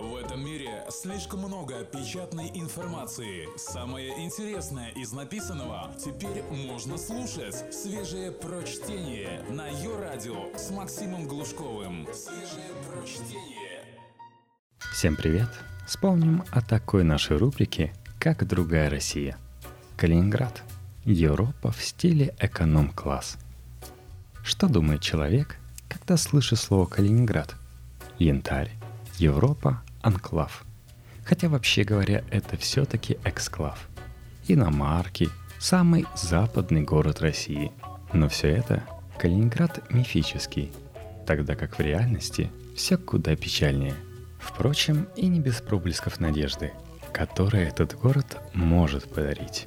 В этом мире слишком много печатной информации. Самое интересное из написанного теперь можно слушать. Свежее прочтение на Йо-Радио с Максимом Глушковым. Свежее прочтение. Всем привет! Вспомним о такой нашей рубрике, как «Другая Россия». Калининград. Европа в стиле эконом-класс. Что думает человек, когда слышит слово «Калининград»? Янтарь. Европа – анклав. Хотя, вообще говоря, это все-таки эксклав. Иномарки – самый западный город России. Но все это Калининград мифический, тогда как в реальности все куда печальнее. Впрочем, и не без проблесков надежды, которые этот город может подарить.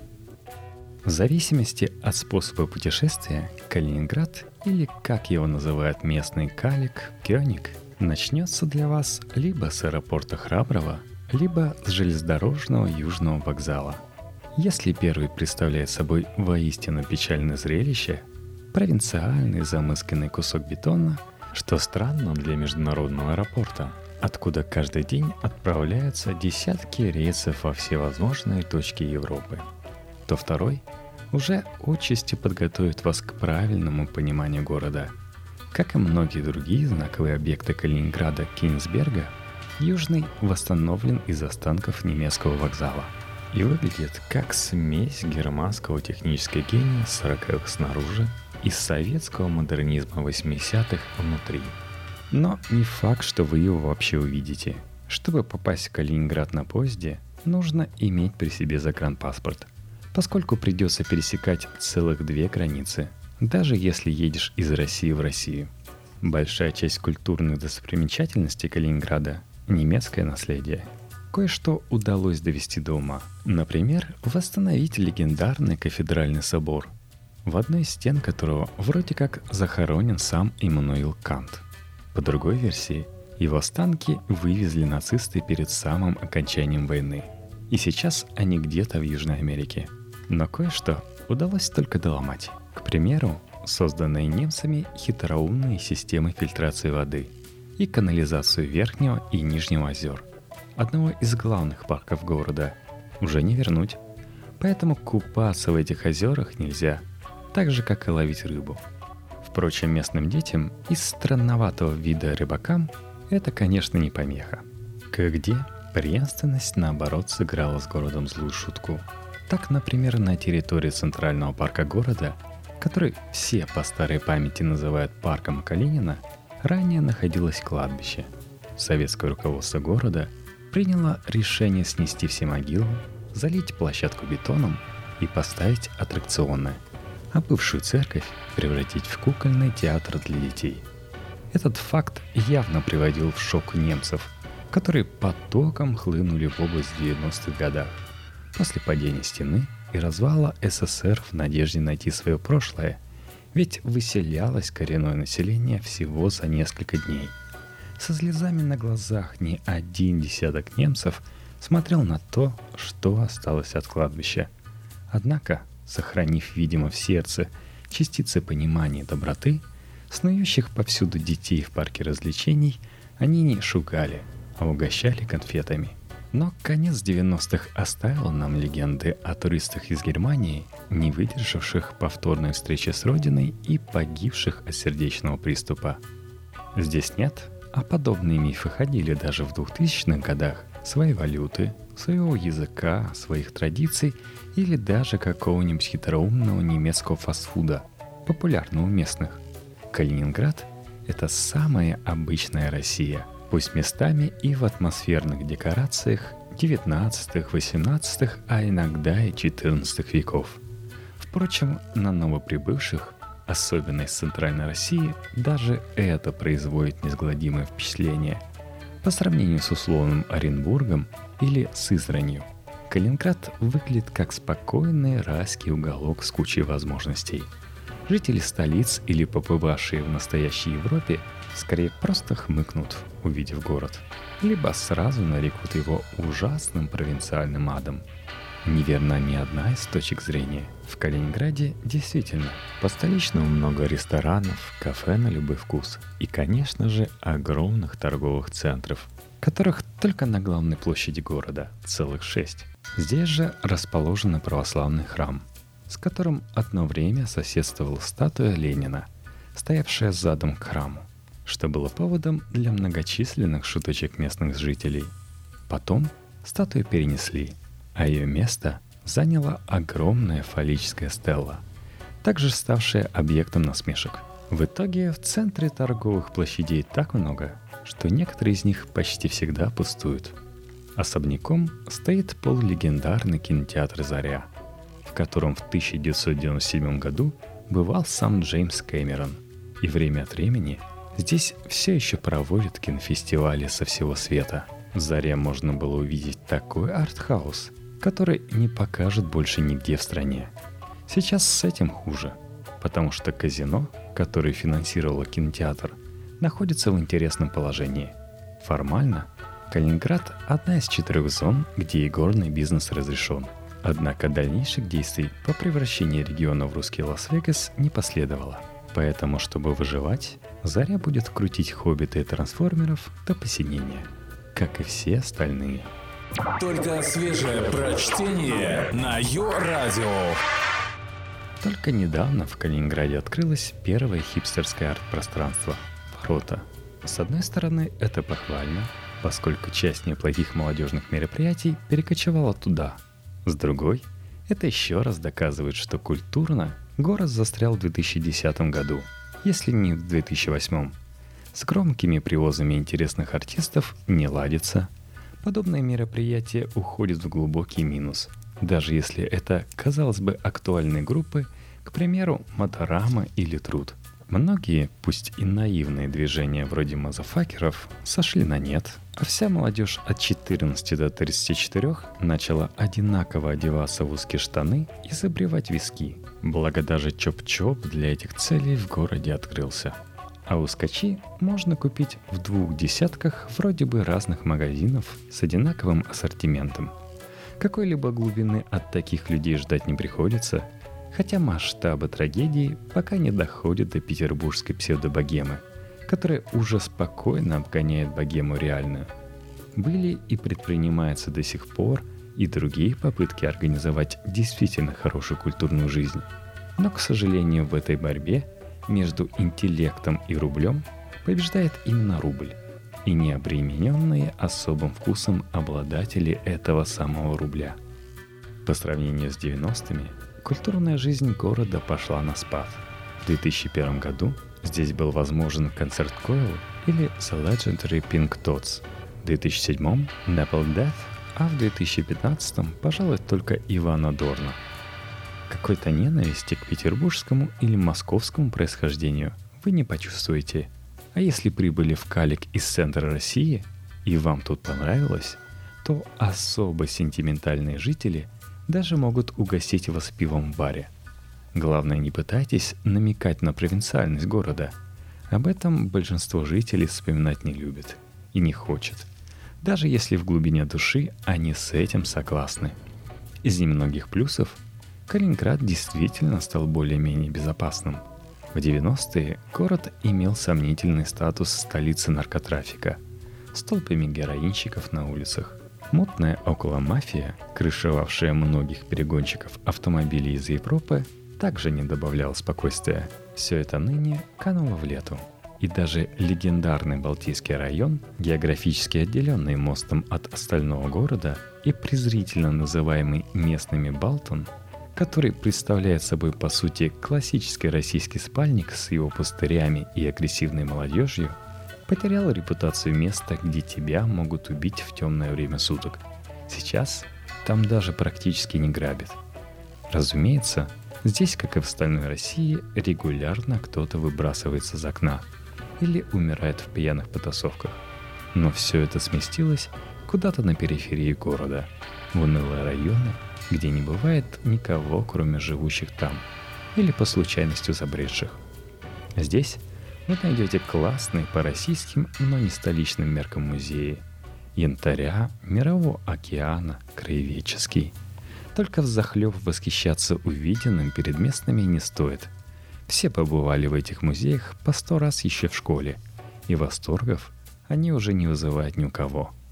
В зависимости от способа путешествия, Калининград, или как его называют местный Калик, Кёник, начнется для вас либо с аэропорта Храброво, либо с железнодорожного южного вокзала. Если первый представляет собой воистину печальное зрелище, провинциальный замысканный кусок бетона, что странно для международного аэропорта, откуда каждый день отправляются десятки рейсов во всевозможные точки Европы, то второй уже отчасти подготовит вас к правильному пониманию города. Как и многие другие знаковые объекты Калининграда Кенигсберга, Южный восстановлен из останков немецкого вокзала и выглядит как смесь германского технического гения 40-х снаружи и советского модернизма 80-х внутри. Но не факт, что вы его вообще увидите. Чтобы попасть в Калининград на поезде, нужно иметь при себе загранпаспорт, поскольку придется пересекать целых 2 границы, даже если едешь из России в Россию. Большая часть культурных достопримечательностей Калининграда – немецкое наследие. Кое-что удалось довести до ума. Например, восстановить легендарный кафедральный собор, в одной из стен которого вроде как захоронен сам Иммануил Кант. По другой версии, его останки вывезли нацисты перед самым окончанием войны. И сейчас они где-то в Южной Америке. Но кое-что удалось только доломать. К примеру, созданные немцами хитроумные системы фильтрации воды и канализацию Верхнего и Нижнего озер, одного из главных парков города, уже не вернуть. Поэтому купаться в этих озерах нельзя, так же, как и ловить рыбу. Впрочем, местным детям из странноватого вида рыбакам это, конечно, не помеха. Кое-где преемственность, наоборот, сыграла с городом злую шутку. Так, например, на территории Центрального парка города, который все по старой памяти называют парком Калинина, ранее находилось кладбище. Советское руководство города приняло решение снести все могилы, залить площадку бетоном и поставить аттракционы, а бывшую церковь превратить в кукольный театр для детей. Этот факт явно приводил в шок немцев, которые потоком хлынули в область в 90-х годах, после падения стены и развала СССР в надежде найти свое прошлое, ведь выселялось коренное население всего за несколько дней. Со слезами на глазах не один десяток немцев смотрел на то, что осталось от кладбища. Однако, сохранив, видимо, в сердце частицы понимания и доброты, снующих повсюду детей в парке развлечений они не шугали, а угощали конфетами. Но конец 90-х оставил нам легенды о туристах из Германии, не выдержавших повторной встречи с родиной и погибших от сердечного приступа. Здесь нет, а подобные мифы ходили даже в 2000-х годах, своей валюты, своего языка, своих традиций или даже какого-нибудь хитроумного немецкого фастфуда, популярного у местных. Калининград – это самая обычная Россия, пусть местами и в атмосферных декорациях 19-х, 18-х, а иногда и 14 веков. Впрочем, на новоприбывших, особенно из Центральной России, даже это производит неизгладимое впечатление. По сравнению с условным Оренбургом или Сызранью, Калининград выглядит как спокойный райский уголок с кучей возможностей. Жители столиц или побывавшие в настоящей Европе скорее просто хмыкнут, увидев город, либо сразу нарекут его ужасным провинциальным адом. Неверна ни одна из точек зрения. В Калининграде действительно по-столичному много ресторанов, кафе на любой вкус и, конечно же, огромных торговых центров, которых только на главной площади города целых 6. Здесь же расположен православный храм, с которым одно время соседствовала статуя Ленина, стоявшая задом к храму, что было поводом для многочисленных шуточек местных жителей. Потом статую перенесли, а ее место заняла огромная фаллическая стелла, также ставшая объектом насмешек. В итоге в центре торговых площадей так много, что некоторые из них почти всегда пустуют. Особняком стоит полулегендарный кинотеатр «Заря», в котором в 1997 году бывал сам Джеймс Кэмерон. И время от времени здесь все еще проводят кинофестивали со всего света. В «Заре» можно было увидеть такой артхаус, который не покажут больше нигде в стране. Сейчас с этим хуже, потому что казино, которое финансировало кинотеатр, находится в интересном положении. Формально Калининград – одна из 4 зон, где игорный бизнес разрешен. Однако дальнейших действий по превращению региона в русский Лас-Вегас не последовало. Поэтому, чтобы выживать, «Заря» будет крутить «Хоббита» и «Трансформеров» до посинения, как и все остальные. Только свежее прочтение на Йо-Радио. Только недавно в Калининграде открылось первое хипстерское арт-пространство – «Ворота». С одной стороны, это похвально, поскольку часть неплохих молодежных мероприятий перекочевала туда. С другой, это еще раз доказывает, что культурно город застрял в 2010 году, если не в 2008. С громкими привозами интересных артистов не ладится. Подобные мероприятия уходят в глубокий минус, даже если это, казалось бы, актуальные группы, к примеру, Моторама или Труд. Многие, пусть и наивные движения вроде мазафакеров, сошли на нет, а вся молодежь от 14 до 34 начала одинаково одеваться в узкие штаны и забривать виски. Благо даже чоп-чоп для этих целей в городе открылся. А ускочи можно купить в 2 десятках вроде бы разных магазинов с одинаковым ассортиментом. Какой-либо глубины от таких людей ждать не приходится, хотя масштабы трагедии пока не доходят до петербургской псевдобогемы, которая уже спокойно обгоняет богему реальную. Были и предпринимаются до сих пор и другие попытки организовать действительно хорошую культурную жизнь. Но, к сожалению, в этой борьбе между интеллектом и рублем побеждает именно рубль, и не обремененные особым вкусом обладатели этого самого рубля. По сравнению с 90-ми, культурная жизнь города пошла на спад. В 2001 году здесь был возможен концерт Coil или The Legendary Pink Dots, в 2007 Napalm Death, а в 2015 пожалуй, только Ивана Дорна. Какой-то ненависти к петербургскому или московскому происхождению вы не почувствуете. А если прибыли в Калик из центра России и вам тут понравилось, то особо сентиментальные жители даже могут угостить вас пивом в баре. Главное, не пытайтесь намекать на провинциальность города. Об этом большинство жителей вспоминать не любит и не хочет, даже если в глубине души они с этим согласны. Из немногих плюсов Калининград действительно стал более-менее безопасным. В 90-е город имел сомнительный статус столицы наркотрафика с толпами героинщиков на улицах. Мутная околомафия, крышевавшая многих перегонщиков автомобилей из Европы, также не добавляла спокойствия. Все это ныне кануло в лету. И даже легендарный Балтийский район, географически отделенный мостом от остального города и презрительно называемый местными Балтон, который представляет собой по сути классический российский спальник с его пустырями и агрессивной молодежью, потерял репутацию места, где тебя могут убить в темное время суток. Сейчас там даже практически не грабят. Разумеется, здесь, как и в остальной России, регулярно кто-то выбрасывается из окна или умирает в пьяных потасовках. Но все это сместилось куда-то на периферии города, в унылые районы, где не бывает никого, кроме живущих там, или по случайности забредших. Здесь вы найдете классные по российским, но не столичным меркам музеи. Янтаря, Мирового океана, краеведческий. Только взахлеб восхищаться увиденным перед местными не стоит. Все побывали в этих музеях по 100 раз еще в школе, и восторгов они уже не вызывают ни у кого.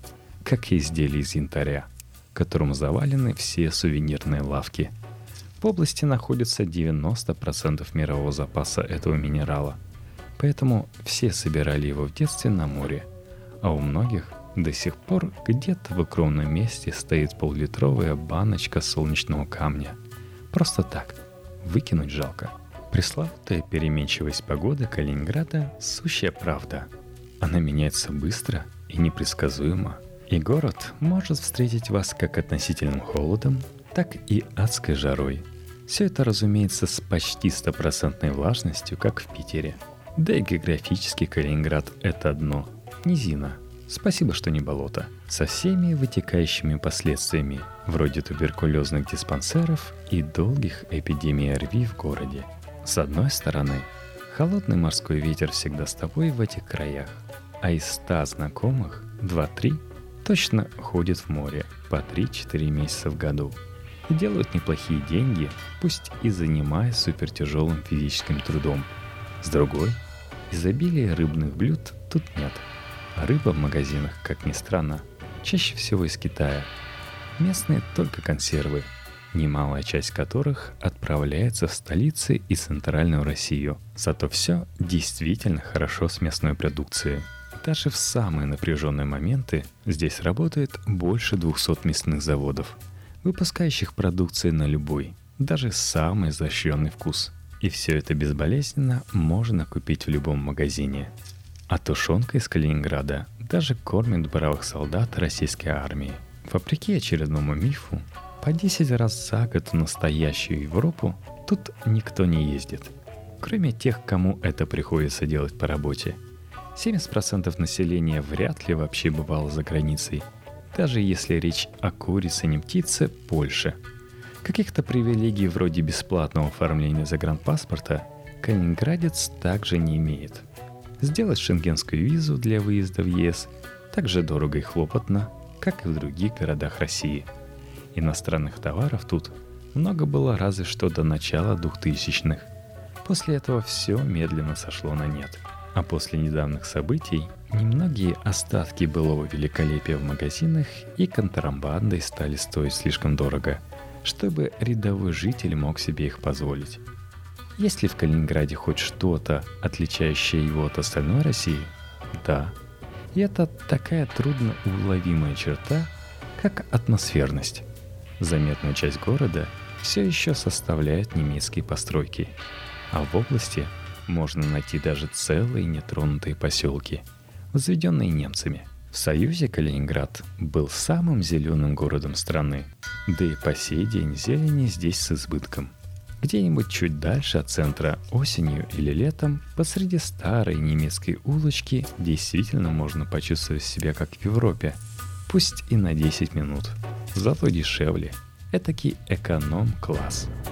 как и изделия из янтаря, которым завалены все сувенирные лавки. В области находится 90% мирового запаса этого минерала, поэтому все собирали его в детстве на море, а у многих до сих пор где-то в укромном месте стоит пол-литровая баночка солнечного камня. Просто так, выкинуть жалко. Пресловутая переменчивость погоды Калининграда – сущая правда. Она меняется быстро и непредсказуемо, и город может встретить вас как относительным холодом, так и адской жарой. Все это, разумеется, с почти 100% влажностью, как в Питере. Да и географически Калининград – это дно, низина. Спасибо, что не болото. Со всеми вытекающими последствиями, вроде туберкулезных диспансеров и долгих эпидемий ОРВИ в городе. С одной стороны, холодный морской ветер всегда с тобой в этих краях, а из 100 знакомых 2-3 точно ходят в море по 3-4 месяца в году и делают неплохие деньги, пусть и занимаясь супертяжелым физическим трудом. С другой, изобилия рыбных блюд тут нет, а рыба в магазинах, как ни странно, чаще всего из Китая. Местные только консервы, немалая часть которых отправляется в столицы и центральную Россию. Зато все действительно хорошо с мясной продукцией. Даже в самые напряженные моменты здесь работает больше 200 мясных заводов, выпускающих продукцию на любой, даже самый изощренный вкус. И все это безболезненно можно купить в любом магазине. А тушенка из Калининграда даже кормит бравых солдат российской армии. Вопреки очередному мифу, по 10 раз за год в настоящую Европу тут никто не ездит, кроме тех, кому это приходится делать по работе. 70% населения вряд ли вообще бывало за границей, даже если речь о курице, не птице, Польше. Каких-то привилегий вроде бесплатного оформления загранпаспорта калининградец также не имеет. Сделать шенгенскую визу для выезда в ЕС так же дорого и хлопотно, как и в других городах России. Иностранных товаров тут много было разве что до начала 2000-х. После этого все медленно сошло на нет. А после недавних событий немногие остатки былого великолепия в магазинах и контрабандой стали стоить слишком дорого, чтобы рядовой житель мог себе их позволить. Есть ли в Калининграде хоть что-то, отличающее его от остальной России? Да. И это такая трудноуловимая черта, как атмосферность. Заметную часть города все еще составляют немецкие постройки, а в области можно найти даже целые нетронутые поселки, возведенные немцами. В Союзе Калининград был самым зеленым городом страны, да и по сей день зелени здесь с избытком. Где-нибудь чуть дальше от центра осенью или летом посреди старой немецкой улочки действительно можно почувствовать себя как в Европе, пусть и на 10 минут, зато дешевле. Этакий эконом-класс.